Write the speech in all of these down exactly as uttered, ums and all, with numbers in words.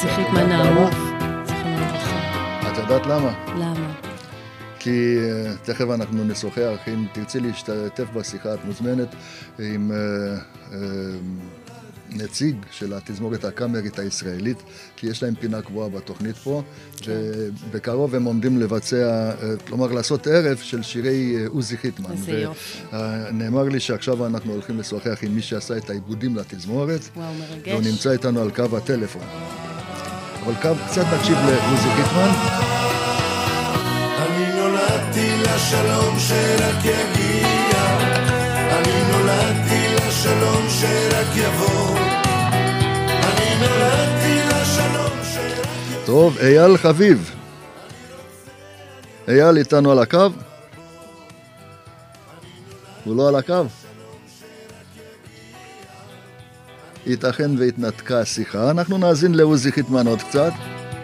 עוזי חיטמן האהוב. זכרונו לברכה. את יודעת למה? למה? כי תכף אנחנו נשוחח, אם תרצי להשתתף בשיחה, את מוזמנת עם uh, uh, נציג של התזמורת הקאמרית הישראלית, כי יש להם פינה קבועה בתוכנית פה, כן. ובקרוב הם עומדים לבצע, כלומר לעשות ערב של שירי עוזי חיטמן. איזה יופי. ונאמר לי שעכשיו אנחנו הולכים לשוחח עם מי שעשה את העיבודים לתזמורת. וואו, מרגש. והוא נמצא איתנו על קו הטלפון. אבל קו, קצת נקשיב לעוזי חיטמן. אני נולדתי לשלום שרק יגיע, אני נולדתי לשלום שרק יבוא, אני נולדתי לשלום שרק יבוא. טוב, אייל חביב. אייל איתנו על הקו? הוא לא על הקו? ייתכן והתנתקה השיחה. אנחנו נאזין לעוזי חיטמן עוד קצת.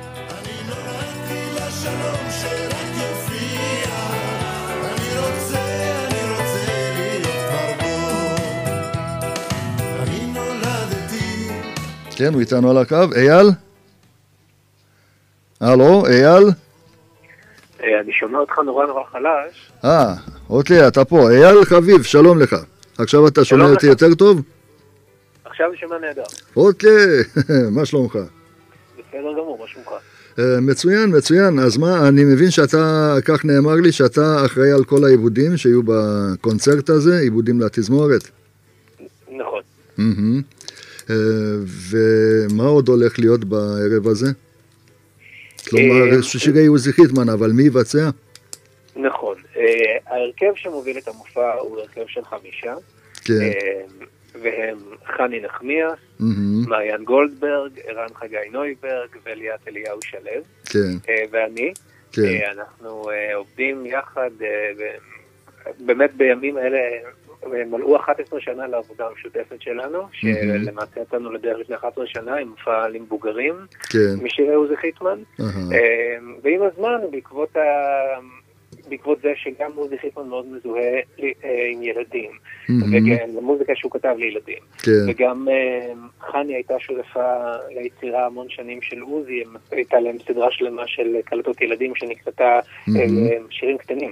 כן, הוא איתנו על הקו. אייל? הלו, אייל? אני שומע אותך נורא נורא חלש. אה, אוקיי, אתה פה. אייל חביב, שלום לך. עכשיו אתה שומע אותי יותר טוב? עכשיו אני שומע נהדר. אוקיי, מה שלומך? בסדר גמור, מה שלומך? מצוין, מצוין. אז מה, אני מבין שאתה, כך נאמר לי, שאתה אחראי על כל העיבודים שיהיו בקונצרט הזה, עיבודים לתזמורת. נכון. ומה עוד הולך להיות בערב הזה? כלומר, שירי עוזי חיטמן, אבל מי יבצע? נכון. ההרכב שמוביל את המופע הוא הרכב של חמישה. כן. והם חני נחמיאס, מעיין גולדברג, ערן חגי נויברג וליאת אליהו שלו. כן. ואני. כן. אנחנו עובדים יחד, באמת בימים אלה, מלאו אחת עשרה שנה לעבודה המשותפת שלנו, שלמעשה יצאנו לדרך לפני אחת עשרה שנה עם מופע למבוגרים, משירי עוזי חיטמן, ועם הזמן, בעקבות ה... בעקבות זה שגם עוזי חיטמן מאוד מזוהה עם ילדים, וגם למוזיקה שהוא כתב לילדים, וגם חני הייתה שותפה ליצירה המון שנים של עוזי, הייתה להם סדרה שלמה של קלטות ילדים שנקלטה שירים קטנים.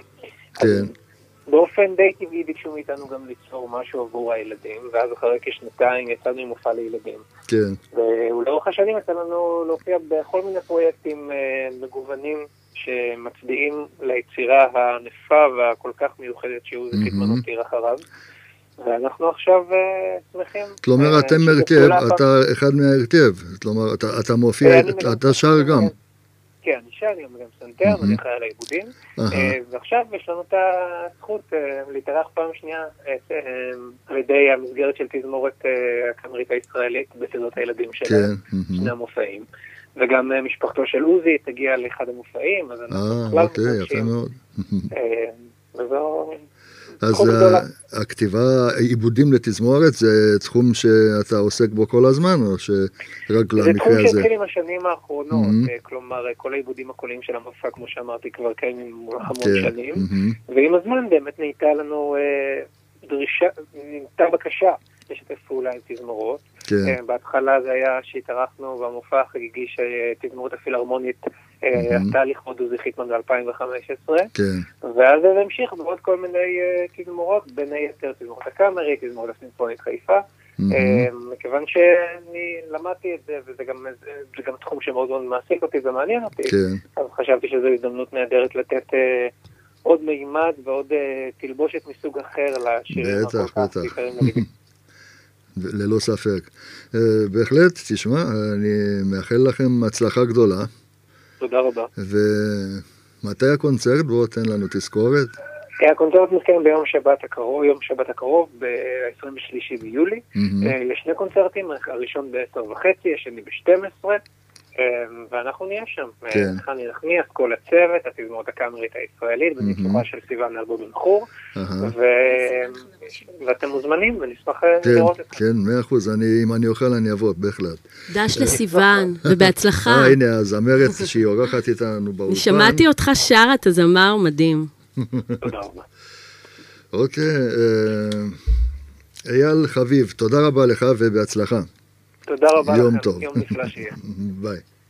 באופן די טבעי ביקשו מאיתנו גם ליצור משהו עבור הילדים, ואז אחרי כשנתיים יצאנו עם מופע לילדים. כן. ולאורך השנים יצא לנו להופיע בכל מיני פרויקטים מגוונים שמצביעים ליצירה הענפה והכל כך מיוחדת שעוזי חיטמן הותיר אחריו. ואנחנו עכשיו שמחים. כלומר, אתם הרכב, אתה אחד מההרכב. כלומר, אתה מופיע, אתה שר גם. כן, אני שר, אני גם סנטר, אני אחראי על העיבודים, ועכשיו יש לנו את הזכות להתארח פעם שנייה על ידי המסגרת של תזמורת הקאמרית הישראלית בסדרות הילדים של שני המופעים, וגם משפחתו של עוזי תגיע לאחד המופעים, אז אנחנו אה, אוקיי, יפה מאוד. וזו... אז הכתיבה, עיבודים לתזמורת, זה תחום שאתה עוסק בו כל הזמן, או שרק למקרה הזה? זה תחום שהתחיל עם השנים האחרונות, כלומר, כל העיבודים הקוליים של המופע, כמו שאמרתי, כבר קיימים המון שנים, ועם הזמן באמת נהייתה לנו דרישה, נהייתה בקשה לשתף פעולה עם תזמורות. בהתחלה זה היה שהתארחנו במופע החגיגי שתזמורת הפילהרמונית עשתה לכבוד עוזי חיטמן ב-אלפיים וחמש עשרה, ואז זה המשיך בעוד כל מיני תזמורות, בין היתר תזמורת הקאמרית, תזמורת הסימפונית חיפה, מכיוון שאני למדתי את זה, וזה גם תחום שמאוד מאוד מעסיק אותי ומעניין אותי, אז חשבתי שזו הזדמנות נהדרת לתת עוד מימד ועוד תלבושת מסוג אחר לשירים הכל כך יקרים לליבי. ללא ספק. בהחלט, תשמע, אני מאחל לכם הצלחה גדולה. תודה רבה. ומתי הקונצרט? בואו תן לנו תזכורת. הקונצרט מתקיים ביום שבת הקרוב, יום שבת הקרוב, ב-עשרים ושלושה ביולי. יש שני קונצרטים, הראשון ב-עשר וחצי, השני ב-שתים עשרה, ואנחנו נהיה שם. חני נחמיאס, כל הצוות, התזמורת הקאמרית הישראלית, בניצוחה של סיוון אלבו בן חור, ואתם מוזמנים, ונשמח לראות את זה. כן, מאה אחוז, אם אני אוכל אני אבוא, בהחלט. דש לסיוון, ובהצלחה. הנה, הזמרת שהיא אורחת איתנו באולפן. אני שמעתי אותך שר, אתה זמר מדהים. תודה רבה. אוקיי, אייל חביב, תודה רבה לך ובהצלחה. תודה רבה לכם. יום טוב. יום נפלא שיהיה. ביי.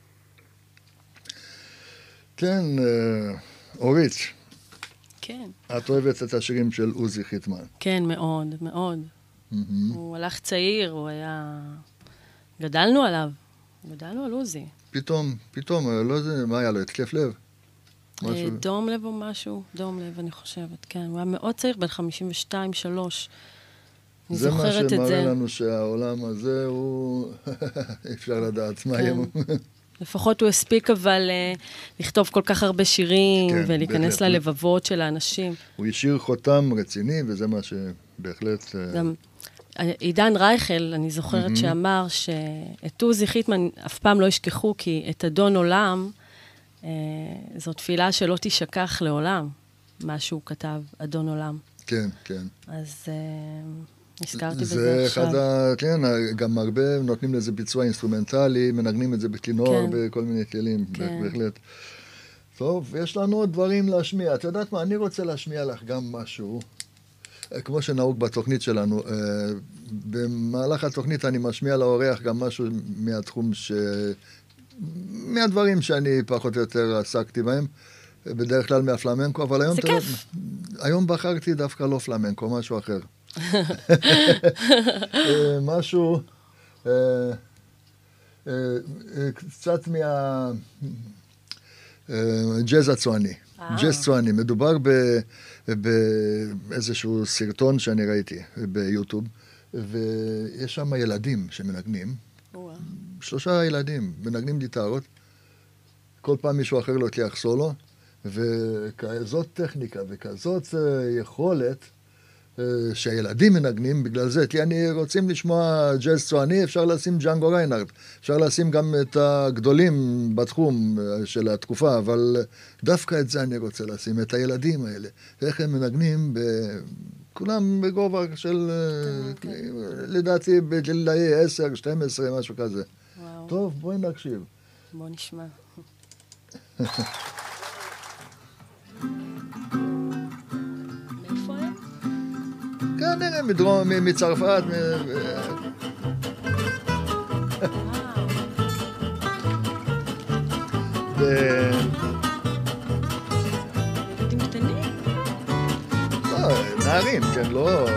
כן, אורית. כן. את אוהבת את השירים של עוזי חיטמן. כן, מאוד, מאוד. הוא הלך צעיר, הוא היה... גדלנו עליו. גדלנו על עוזי. פתאום, פתאום, לא יודע, מה היה לו? התקף לב? דום לב או משהו, דום לב, אני חושבת, כן. הוא היה מאוד צעיר, בין חמישים ושתיים, שלוש. אני זוכרת את זה. זה מה שמראה לנו שהעולם הזה הוא... אפשר לדעת מה יהיה. לפחות הוא הספיק אבל לכתוב כל כך הרבה שירים ולהיכנס ללבבות של האנשים. הוא השאיר חותם רציני, וזה מה שבהחלט... גם עידן רייכל, אני זוכרת שאמר שאת עוזי חיטמן אף פעם לא ישכחו, כי את אדון עולם, זו תפילה שלא תשכח לעולם, מה שהוא כתב, אדון עולם. כן, כן. אז הזכרתי בזה עכשיו. זה אחד ה... כן, גם הרבה נותנים לזה ביצוע אינסטרומנטלי, מנגנים את זה בכינור, בכל מיני כלים, בהחלט. טוב, יש לנו עוד דברים להשמיע. את יודעת מה, אני רוצה להשמיע לך גם משהו, כמו שנהוג בתוכנית שלנו. במהלך התוכנית אני משמיע לאורח גם משהו מהתחום ש... מהדברים שאני פחות או יותר עסקתי בהם, בדרך כלל מהפלמנקו, אבל היום... זה כיף. היום בחרתי דווקא לא פלמנקו, משהו אחר. משהו... קצת מהג'אז הצועני. ג'אז צועני. מדובר באיזשהו סרטון שאני ראיתי ביוטיוב, ויש שם ילדים שמנגנים. שלושה ילדים מנגנים גיטרות. כל פעם מישהו אחר לוקח סולו, וכזאת טכניקה וכזאת יכולת שהילדים מנגנים בגלל זה, כי אני רוצים לשמוע ג'אז צועני, אפשר לשים ג'אנגו ריינארד, אפשר לשים גם את הגדולים בתחום של התקופה, אבל דווקא את זה אני רוצה לשים, את הילדים האלה, ואיך הם מנגנים, כולם בגובה של, לדעתי, בגילאי עשר, שתים עשרה, משהו כזה. טוב, בואי נקשיב. בוא נשמע. כנראה מדרום, מצרפת. ילדים קטנים? לא, נערים, כן, לא...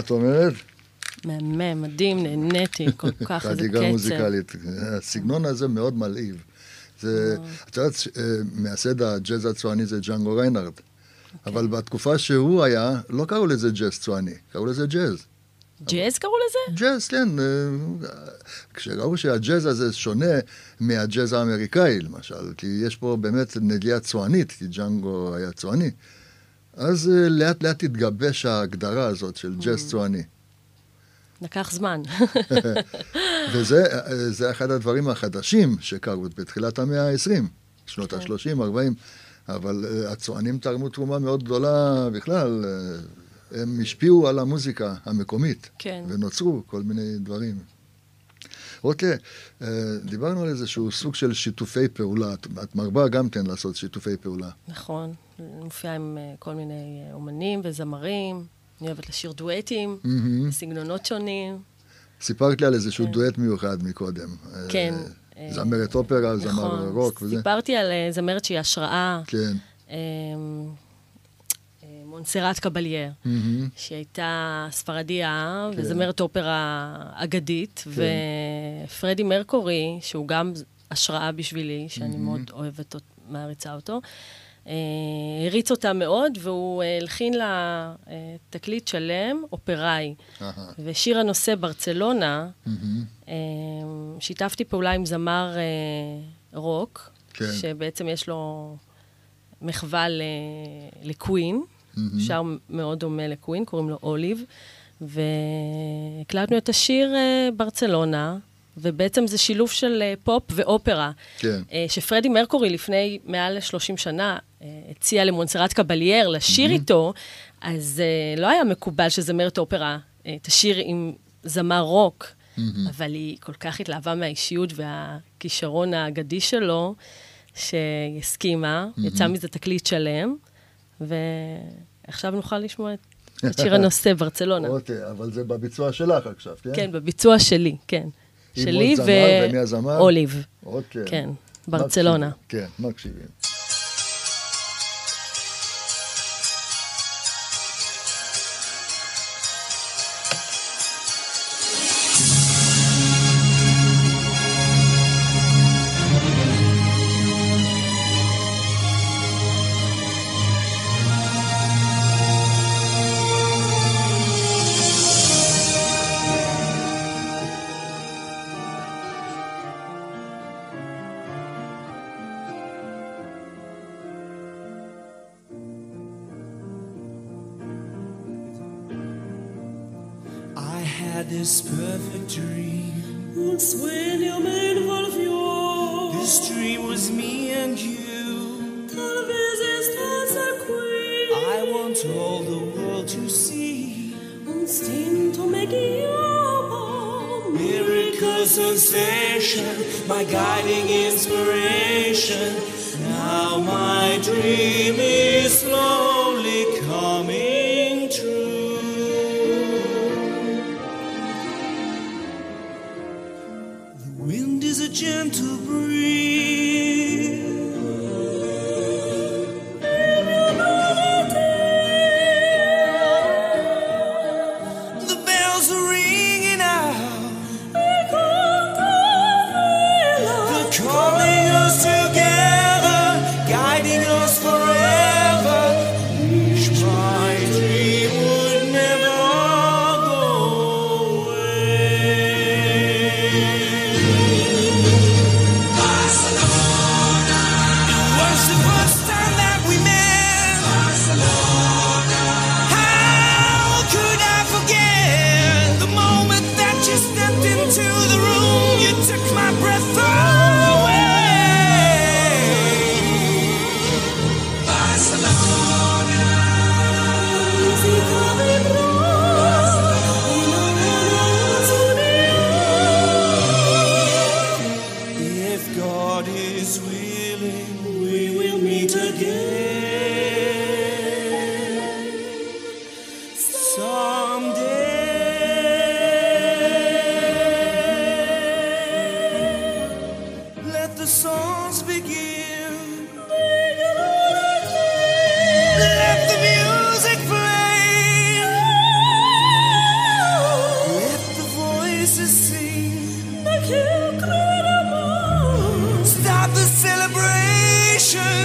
את אומרת? מהמם, מדהים, נהניתי כל כך, איזה חגיגה קצב. מוזיקלית. הסגנון הזה מאוד מלהיב. זה, את יודעת, מייסד הג'אז הצועני זה ג'אנגו ריינארד. אבל בתקופה שהוא היה, לא קראו לזה ג'אז צועני, קראו לזה ג'אז. ג'אז קראו לזה? ג'אז, כן. כשראו שהג'אז הזה שונה מהג'אז האמריקאי, למשל, כי יש פה באמת נגיעה צוענית, כי ג'אנגו היה צועני, אז לאט לאט התגבש ההגדרה הזאת של ג'אז צועני. לקח זמן. וזה אחד הדברים החדשים שקרו בתחילת המאה ה-עשרים, שנות ה-שלושים, ארבעים, אבל הצוענים תרמו תרומה מאוד גדולה בכלל, הם השפיעו על המוזיקה המקומית, כן. ונוצרו כל מיני דברים. אוקיי, דיברנו על איזשהו סוג של שיתופי פעולה, את מרבה גם כן לעשות שיתופי פעולה. נכון, מופיעה עם כל מיני אומנים וזמרים, אני אוהבת לשיר דואטים, mm-hmm. סגנונות שונים. סיפרת לי על איזשהו כן. דואט מיוחד מקודם. כן. זמרת אופרה, נכון. זמר רוק וזה. סיפרתי על זמרת שהיא השראה. כן. מונסרט קבלייר, mm-hmm. שהייתה ספרדיה, כן. וזמרת אופרה אגדית, כן. ופרדי מרקורי, שהוא גם השראה בשבילי, שאני mm-hmm. מאוד אוהבת, מעריצה אותו, הריץ אותה מאוד, והוא הלחין לה תקליט שלם, אופראי. ושיר הנושא ברצלונה, שיתפתי פעולה עם זמר רוק, שבעצם יש לו מחווה לקווין, שר מאוד דומה לקווין, קוראים לו אוליב, והקלטנו את השיר ברצלונה, ובעצם זה שילוב של פופ ואופרה. כן. שפרדי מרקורי לפני מעל שלושים שנה הציע למונסרט קבלייר לשיר איתו, אז לא היה מקובל שזמרת אופרה תשיר עם זמר רוק, אבל היא כל כך התלהבה מהאישיות והכישרון האגדי שלו, שהיא הסכימה, יצא מזה תקליט שלם, ועכשיו נוכל לשמוע את שיר הנושא ברצלונה. אוקיי, אבל זה בביצוע שלך עכשיו, כן? כן, בביצוע שלי, כן. שלי ואוליב. כן, ברצלונה. כן, מקשיבים. This perfect dream. Un sueño me envolvió. This dream was me and you. Tal vez estás aquí. I want all the world to see. Un instinto me guiaba. Miracle sensation, my guiding inspiration. Now my dream is slowly coming true. A gentle breeze. The bells are ringing out. They're calling us together, guiding us forever. Wish my dream would never go away. voices sing. Start the celebration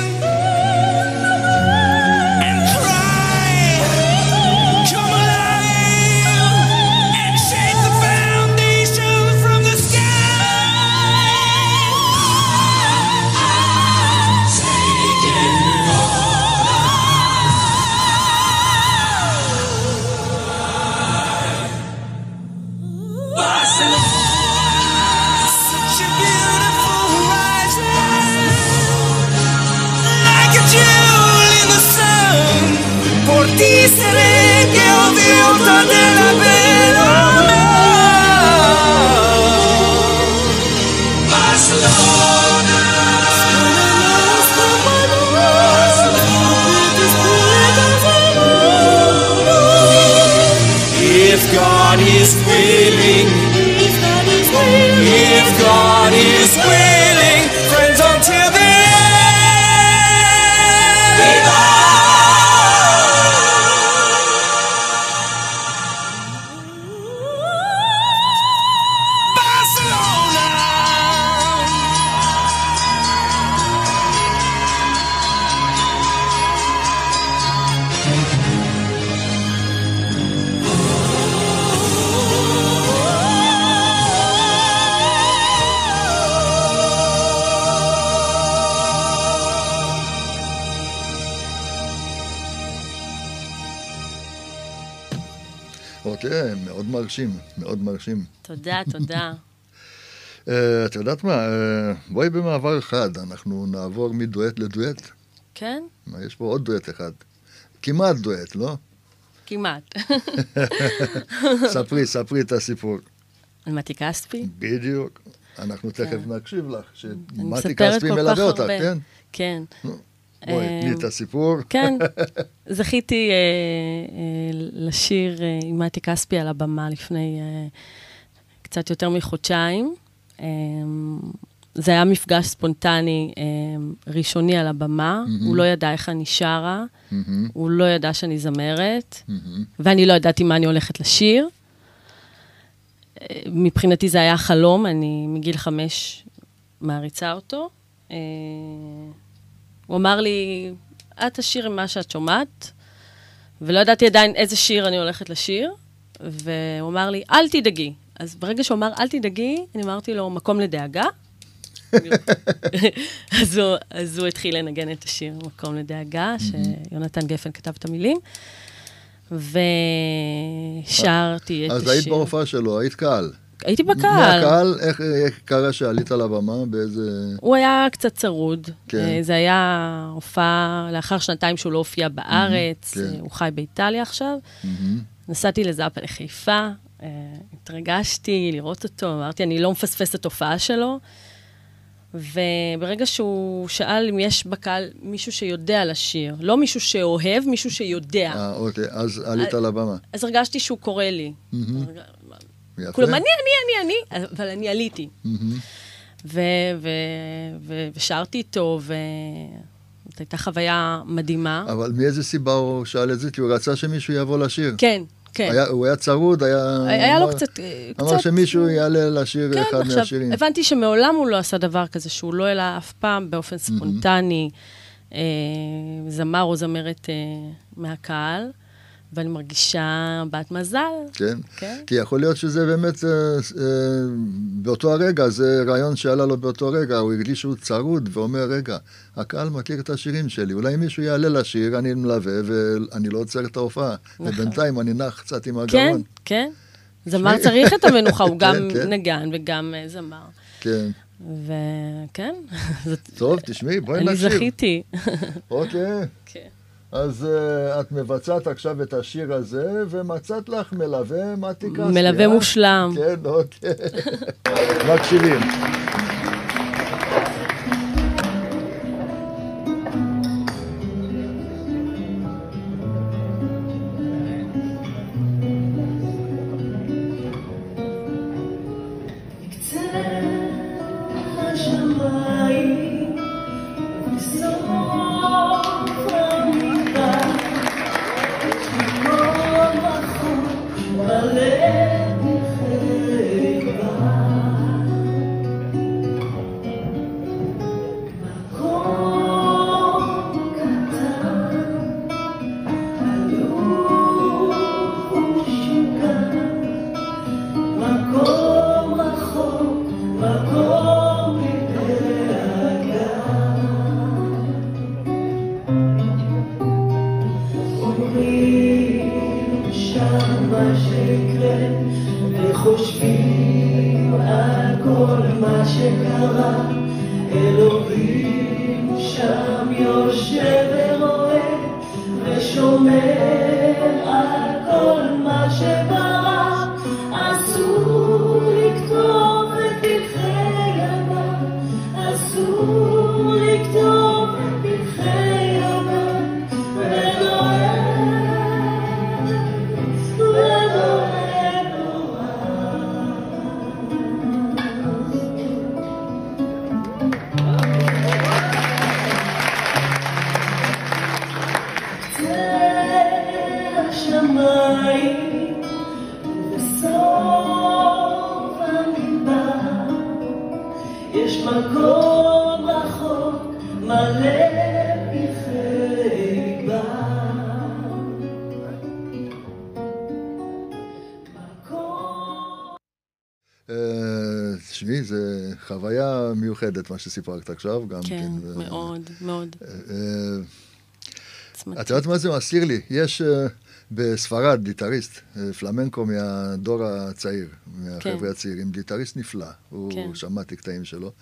and cry. Come alive and shake the foundation from the sky. Take it such a beautiful horizon, like a jewel in the sun. Por ti seré que idiota de la pena. Barcelona, if God is willing, if God is willing, friends until the end. Barcelona. אוקיי, מאוד מרשים, מאוד מרשים. תודה, תודה. Uh, את יודעת מה, uh, בואי במעבר אחד, אנחנו נעבור מדואט לדואט. כן? מה, יש פה עוד דואט אחד. כמעט דואט, לא? כמעט. ספרי, ספרי את הסיפור. על מתי כספי? בדיוק. אנחנו תכף נקשיב לך, שמתי מספרת כספי כל מלווה כך אותך, הרבה. כן? כן. בואי, תני את הסיפור. כן, זכיתי אה, אה, לשיר אה, עם מתי כספי על הבמה לפני אה, קצת יותר מחודשיים. אה, זה היה מפגש ספונטני אה, ראשוני על הבמה, mm-hmm. הוא לא ידע איך אני שרה, mm-hmm. הוא לא ידע שאני זמרת, mm-hmm. ואני לא ידעתי מה אני הולכת לשיר. אה, מבחינתי זה היה חלום, אני מגיל חמש מעריצה אותו. אה, הוא אמר לי, את תשאיר עם מה שאת שומעת, ולא ידעתי עדיין איזה שיר אני הולכת לשיר, והוא אמר לי, אל תדאגי. אז ברגע שהוא אמר, אל תדאגי, אני אמרתי לו, מקום לדאגה. אז, הוא, אז הוא התחיל לנגן את השיר, מקום לדאגה, שיונתן גפן כתב את המילים, ושרתי את השיר. אז היית בהופעה שלו, היית קהל. הייתי בקהל. מהקהל, איך, איך קרה שעלית על הבמה? באיזה... הוא היה קצת צרוד. כן. זה היה הופעה לאחר שנתיים שהוא לא הופיע בארץ. כן. הוא חי באיטליה עכשיו. נסעתי לזאפה לחיפה, התרגשתי לראות אותו, אמרתי, אני לא מפספס את הופעה שלו. וברגע שהוא שאל אם יש בקהל מישהו שיודע לשיר, לא מישהו שאוהב, מישהו שיודע. אה, אוקיי, אז עלית על הבמה. אז הרגשתי שהוא קורא לי. יפה. כולם, אני, אני, אני, אני, אבל אני עליתי. ו- ו- ו- ושרתי איתו, וזאת הייתה חוויה מדהימה. אבל מאיזה סיבה הוא שאל את זה? כי הוא רצה שמישהו יבוא לשיר. כן, כן. היה, הוא היה צרוד, היה... היה אמר, לו קצת... אמר קצת... שמישהו יעלה לשיר כן, אחד עכשיו, מהשירים. הבנתי שמעולם הוא לא עשה דבר כזה, שהוא לא העלה אף פעם באופן ספונטני, אה, זמר או זמרת אה, מהקהל. ואני מרגישה בת מזל. כן. כן. כי יכול להיות שזה באמת, אה, אה, באותו הרגע, זה רעיון שעלה לו באותו רגע, הוא הרגיש שהוא צרוד, ואומר, רגע, הקהל מכיר את השירים שלי, אולי מישהו יעלה לשיר, אני מלווה, ואני לא עוצר את ההופעה. נכון. ובינתיים אני נח קצת עם הגרון. כן, כן. זמר צריך את המנוחה, הוא גם כן, כן. נגן וגם uh, זמר. כן. וכן. טוב, תשמעי, בואי נקשיב. אני זכיתי. אוקיי. כן. אז uh, את מבצעת עכשיו את השיר הזה, ומצאת לך מלווה מתי כספי. מלווה מושלם. כן, אוקיי. מקשיבים. Hallelujah. מה שקרה, אלוהים שם יושב ורואה ושומר על כל מה שברא. אסור לכתוב את פרחי ימיו, אסור לכתוב את פרחי ימיו, ודואג ודואג השמיים ובסוף המדבר יש מקום רחוק מלא פרחי בר. מקום... תשמעי, זו חוויה מיוחדת מה שסיפרת עכשיו. כן, מאוד, מאוד. את יודעת מה זה מזכיר לי? יש בספרד גיטריסט, פלמנקו מהדור הצעיר, מהחבר'ה הצעירים, גיטריסט נפלא, הוא שמעתי קטעים שלו,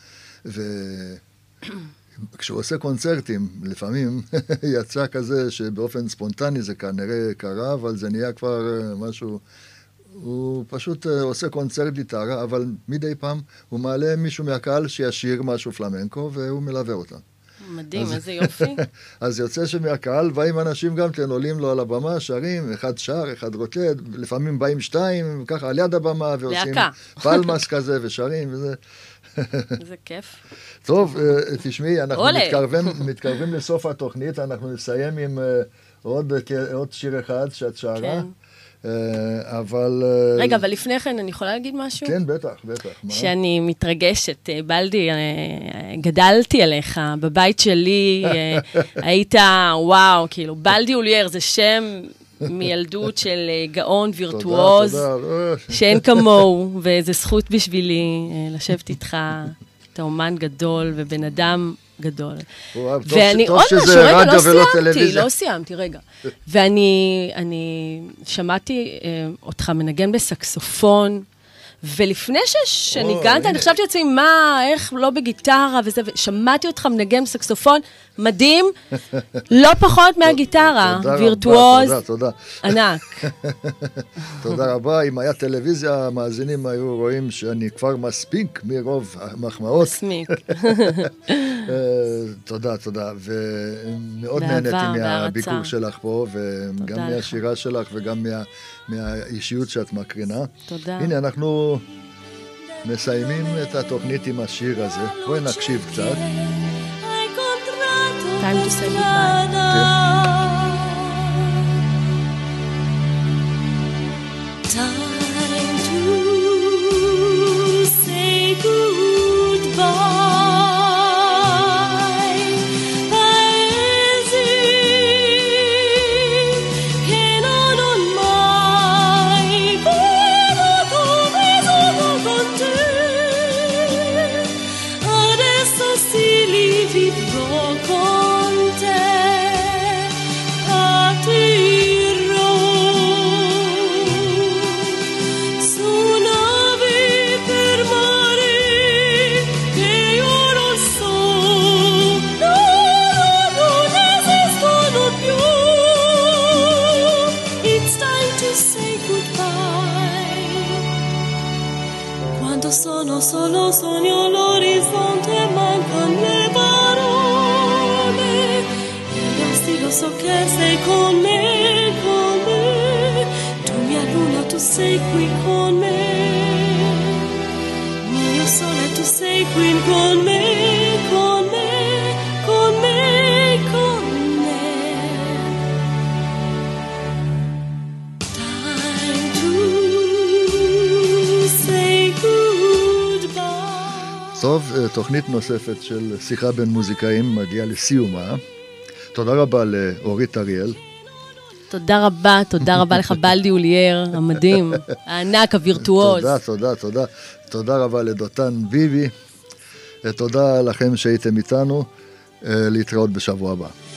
וכשהוא עושה קונצרטים, לפעמים יצא כזה שבאופן ספונטני זה כנראה קרה, אבל זה נהיה כבר משהו, הוא פשוט עושה קונצרט גיטרה, אבל מדי פעם הוא מעלה מישהו מהקהל שישיר משהו פלמנקו, והוא מלווה אותם. מדהים, אז, איזה יופי. אז יוצא שמהקהל באים אנשים גם כן, עולים לו על הבמה, שרים, אחד שר, אחד רוקד, לפעמים באים שתיים, ככה על יד הבמה, ועושים פלמס כזה, ושרים, וזה... זה כיף. טוב, תשמעי, אנחנו מתקרבים, מתקרבים לסוף התוכנית, אנחנו נסיים עם עוד, עוד שיר אחד שאת שרה. כן. אבל... רגע, אבל לפני כן אני יכולה להגיד משהו? כן, בטח, בטח. שאני מתרגשת. בלדי, גדלתי עליך, בבית שלי היית, וואו, כאילו, בלדי אולייר זה שם מילדות של גאון וירטואוז, שאין כמוהו, וזו זכות בשבילי לשבת איתך, אתה אומן גדול ובן אדם גדול. ואני עוד משהו, רגע, לא סיימתי, לא סיימתי, רגע. ואני שמעתי אותך מנגן בסקסופון, ולפני שניגנת, אני חשבתי לעצמי, מה, איך, לא בגיטרה וזה, ושמעתי אותך מנגן בסקסופון, מדהים, לא פחות מהגיטרה, וירטואוז, ענק. תודה רבה, אם היה טלוויזיה, המאזינים היו רואים שאני כבר מספיק מרוב המחמאות. מספיק. תודה, תודה, ומאוד נהניתי מהביקור שלך פה, וגם מהשירה שלך וגם מהאישיות שאת מקרינה. תודה. הנה, אנחנו מסיימים את התוכנית עם השיר הזה. בואי נקשיב קצת. Time to say goodbye. Time to say goodbye. Paesi che non ho mai voluto vissuto con te. Adesso sì li vivrò con te. Partirò su navi per mare che io non so, no, no, non esistono più. It's time to say goodbye. Quando sono solo sogno l'orizzonte, mancano le parole. E lo so che sei con me, con me. Tu mia luna, tu sei qui con me. Mio sole, tu sei qui con me, con me, con me, con me. Time to say goodbye. טוב, תוכנית נוספת של שיחה בין מוזיקאים מגיעה לסיומה. תודה רבה לאורית אריאל. תודה רבה, תודה רבה לך בלדי אולייר, המדהים, הענק, הווירטואוז. תודה, תודה, תודה. תודה רבה לדותן ביבי. תודה לכם שהייתם איתנו. להתראות בשבוע הבא.